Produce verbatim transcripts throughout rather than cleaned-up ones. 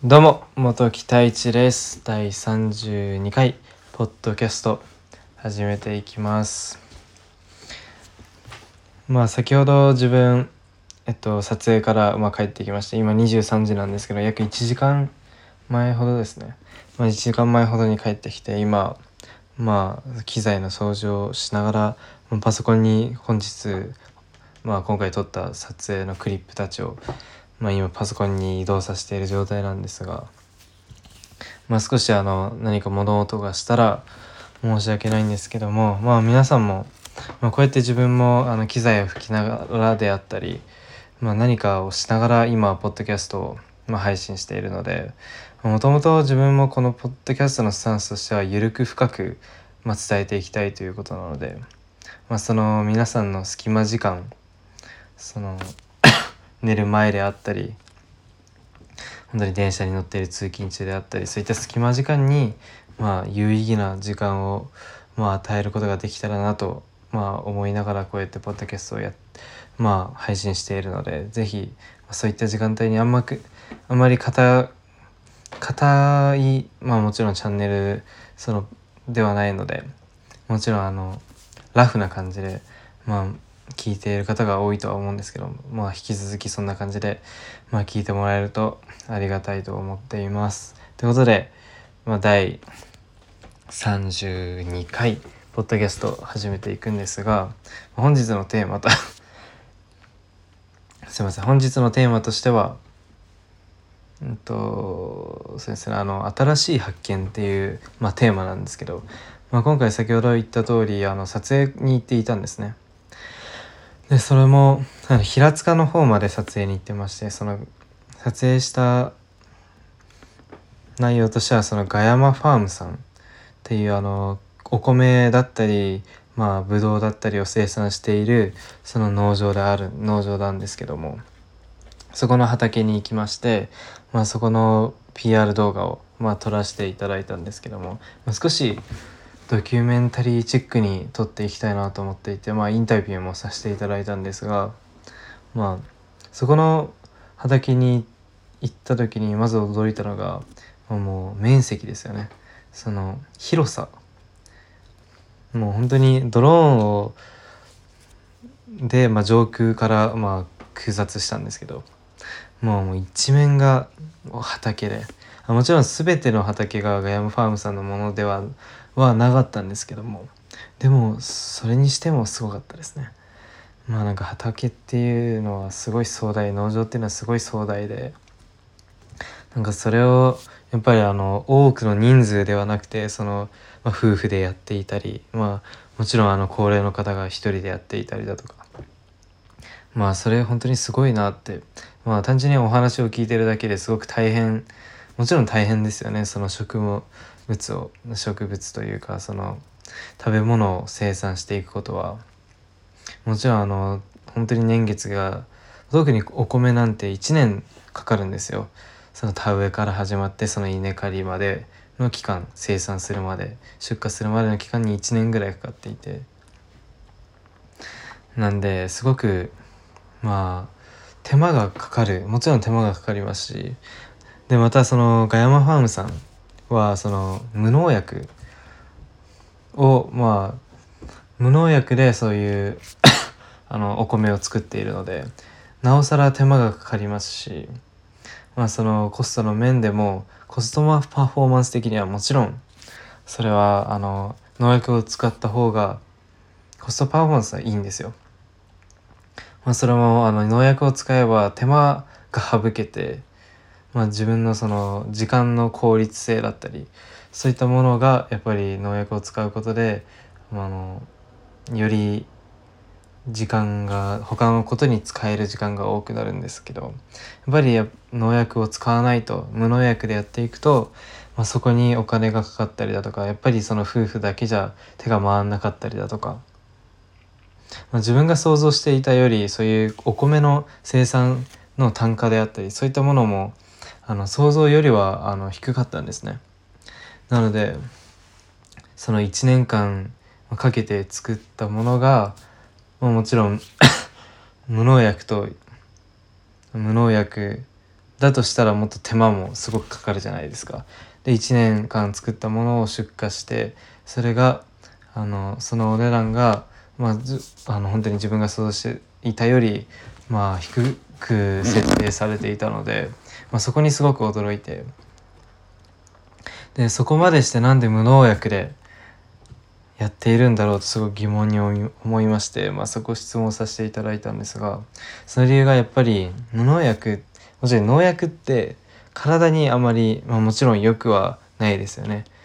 どうも、元木太一です。だいさんじゅうにかいポッドキャスト始めていきます。まあ先ほど自分えっと撮影からまあ帰ってきまして、今にじゅうさんじなんですけど、約いちじかんまえほどですね。まあいちじかんまえほどに帰ってきて、今まあ機材の掃除をしながらパソコンに本日まあ今回撮った撮影のクリップたちをまあ今パソコンに移動させている状態なんですが。まあ、少しあの何か物音がしたら申し訳ないんですけども、まあ皆さんも、まあ、こうやって自分もあの機材を吹きながらであったり、まあ、何かをしながら今ポッドキャストをまあ配信しているので、もともと自分もこのポッドキャストのスタンスとしては緩く深くまあ伝えていきたいということなので、まあ、その皆さんの隙間時間、その寝る前であったり本当に電車に乗っている通勤中であったり、そういった隙間時間にまあ有意義な時間をまあ与えることができたらなとまあ思いながらこうやってポッドキャストをやまあ配信しているので、ぜひそういった時間帯にあんまくあまり硬硬いまあもちろんチャンネルそのではないので、もちろんあのラフな感じでまあ聞いている方が多いとは思うんですけど、まあ引き続きそんな感じでまあ聞いてもらえるとありがたいと思っています。ということで、まあ、だいさんじゅうにかいポッドキャストを始めていくんですが、本日のテーマとすいません本日のテーマとしてはうんとそうですねあの新しい発見っていう、まあ、テーマなんですけど、まあ、今回先ほど言った通りあの撮影に行っていたんですね。でそれもあの平塚の方まで撮影に行ってまして、その撮影した内容としてはそのガヤマファームさんっていうあのお米だったりまあブドウだったりを生産しているその農場である農場なんですけども、そこの畑に行きまして、まあ、そこの ピーアール 動画をまあ撮らせていただいたんですけども、まあ、少しドキュメンタリーチックに撮っていきたいなと思っていて、まあ、インタビューもさせていただいたんですが、まあそこの畑に行った時にまず驚いたのがもう面積ですよね。その広さ、もう本当にドローンをで、まあ、上空からまあ空撮したんですけど、もうもう一面が畑で、もちろん全ての畑がガヤムファームさんのものでははなかったんですけども、でもそれにしてもすごかったですね。まあなんか畑っていうのはすごい壮大、農場っていうのはすごい壮大で、なんかそれをやっぱりあの多くの人数ではなくて、その、まあ、夫婦でやっていたり、まあもちろんあの高齢の方が一人でやっていたりだとか、まあそれ本当にすごいなって、まあ単純にお話を聞いてるだけですごく大変、もちろん大変ですよね。その食物を植物というかその食べ物を生産していくことはもちろんあの本当に年月が、特にお米なんていちねんかかるんですよ。その田植えから始まってその稲刈りまでの期間、生産するまで出荷するまでの期間にいちねんぐらいかかっていて、なんですごくまあ手間がかかる、もちろん手間がかかりますし、でまたそのガヤマファームさんはその無農薬をまあ無農薬でそういうあのお米を作っているので、なおさら手間がかかりますし、まあそのコストの面でもコストパフォーマンス的にはもちろんそれはあの農薬を使った方がコストパフォーマンスはいいんですよ。まあ、それもあの農薬を使えば手間が省けて、まあ、自分のその時間の効率性だったりそういったものがやっぱり農薬を使うことで、まあ、あのより時間が他のことに使える時間が多くなるんですけど、やっぱり農薬を使わないと、無農薬でやっていくと、まあ、そこにお金がかかったりだとか、やっぱりその夫婦だけじゃ手が回らなかったりだとか、まあ、自分が想像していたよりそういうお米の生産の単価であったりそういったものもあの想像よりはあの低かったんですね。なのでそのいちねんかんかけて作ったものが、まあ、もちろん無農薬と無農薬だとしたらもっと手間もすごくかかるじゃないですか。でいちねんかん作ったものを出荷して、それがあのそのお値段が、まあ、ずあの本当に自分が想像していたより、まあ、低く設定されていたので、まあ、そこにすごく驚いて、でそこまでしてなんで無農薬でやっているんだろうとすごく疑問に思いまして、まあ、そこを質問させていただいたんですが、その理由がやっぱり無農薬、もちろん農薬って体にあまり、まあ、もちろん良くはないですよね。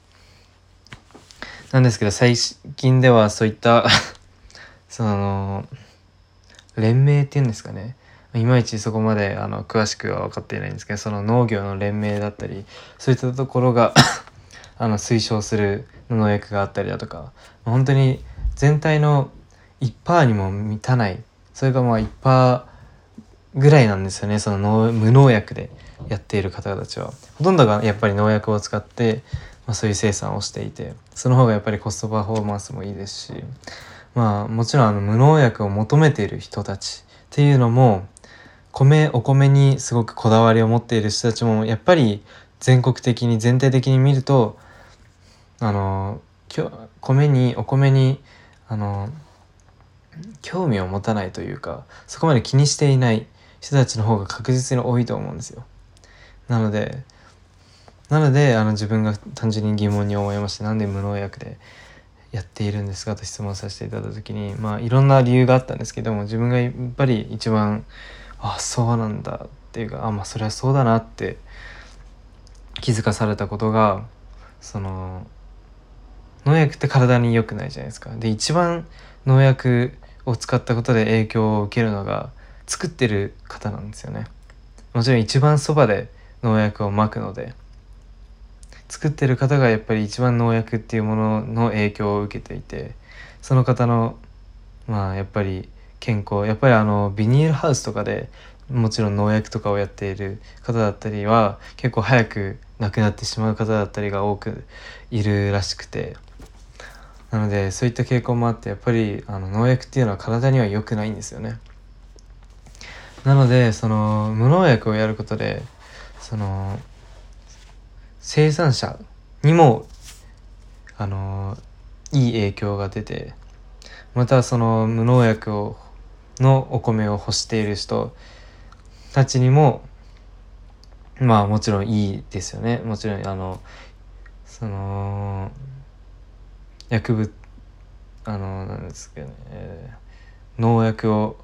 なんですけど最近ではそういったその連盟っていうんですかね、いまいちそこまであの詳しくは分かっていないんですけど、その農業の連盟だったりそういったところがあの推奨する農薬があったりだとか、本当に全体の いちパーセント にも満たない、それがまあ いちパーセント ぐらいなんですよね、その農無農薬でやっている方たちは。ほとんどがやっぱり農薬を使って、まあ、そういう生産をしていて、その方がやっぱりコストパフォーマンスもいいですし、まあもちろんあの無農薬を求めている人たちっていうのも、米お米にすごくこだわりを持っている人たちもやっぱり全国的に全体的に見ると、あの米にお米にあの興味を持たないというか、そこまで気にしていない人たちの方が確実に多いと思うんですよ。なのでなのであの自分が単純に疑問に思いまして、なんで無農薬でやっているんですかと質問させていただいた時に、まあいろんな理由があったんですけども、自分がやっぱり一番あそうなんだっていうか、あまあそれはそうだなって気づかされたことが、その農薬って体に良くないじゃないですか。で一番農薬を使ったことで影響を受けるのが作ってる方なんですよね。もちろん一番そばで農薬をまくので、作ってる方がやっぱり一番農薬っていうものの影響を受けていて、その方のまあやっぱり健康、やっぱりあのビニールハウスとかでもちろん農薬とかをやっている方だったりは結構早く亡くなってしまう方だったりが多くいるらしくて、なのでそういった傾向もあって、やっぱりあの農薬っていうのは体には良くないんですよね。なのでその無農薬をやることで、その生産者にもあのいい影響が出て、またその無農薬をのお米を欲している人たちにもまあもちろんいいですよね。もちろんあのその薬物あのなんですけどね、えー農薬を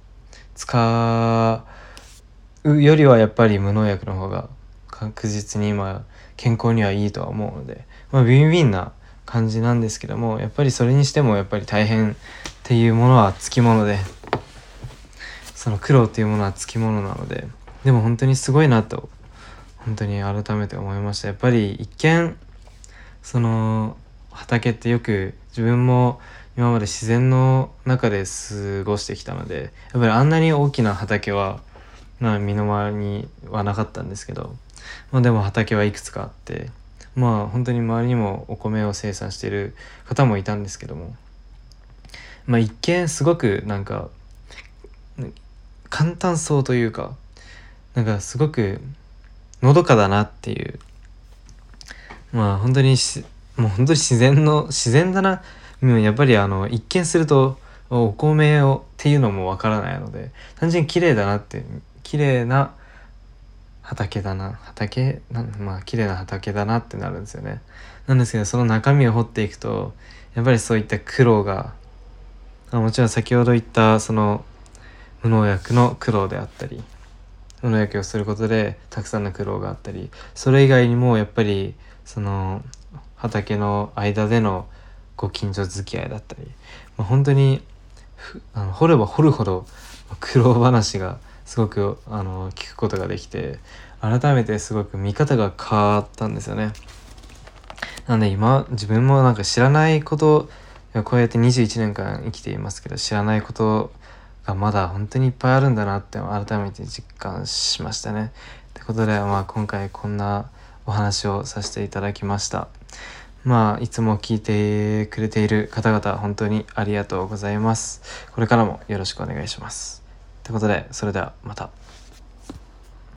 使うよりはやっぱり無農薬の方が確実に今健康にはいいとは思うので、まあ、ウィンウィンな感じなんですけども、やっぱりそれにしてもやっぱり大変っていうものはつきもので、その苦労っていうものはつきものなので、でも本当にすごいなと本当に改めて思いました。やっぱり一見その畑ってよく自分も今まで自然の中で過ごしてきたので、やっぱりあんなに大きな畑は、まあ、身の回りにはなかったんですけど、まあ、でも畑はいくつかあって、まあ本当に周りにもお米を生産している方もいたんですけども、まあ一見すごくなんか簡単そうというか、なんかすごくのどかだなっていう、まあ本当にしもう本当に自然の自然だな。うん、やっぱりあの一見するとお米をっていうのもわからないので、単純に綺麗だなって、綺麗な畑だな畑なまあ綺麗な畑だなってなるんですよね。なんですけど、その中身を掘っていくとやっぱりそういった苦労が、あもちろん先ほど言ったその無農薬の苦労であったり、無農薬をすることでたくさんの苦労があったり、それ以外にもやっぱりその畑の間でのご近所付き合いだったり、まあ、本当にあの掘れば掘るほど苦労話がすごくあの聞くことができて、改めてすごく見方が変わったんですよね。なので今自分もなんか知らないこと、こうやってにじゅういちねんかん生きていますけど、知らないことがまだ本当にいっぱいあるんだなって改めて実感しましたね。ということで、まあ、今回こんなお話をさせていただきました。まあいつも聞いてくれている方々本当にありがとうございます。これからもよろしくお願いします。ということで、それではまた。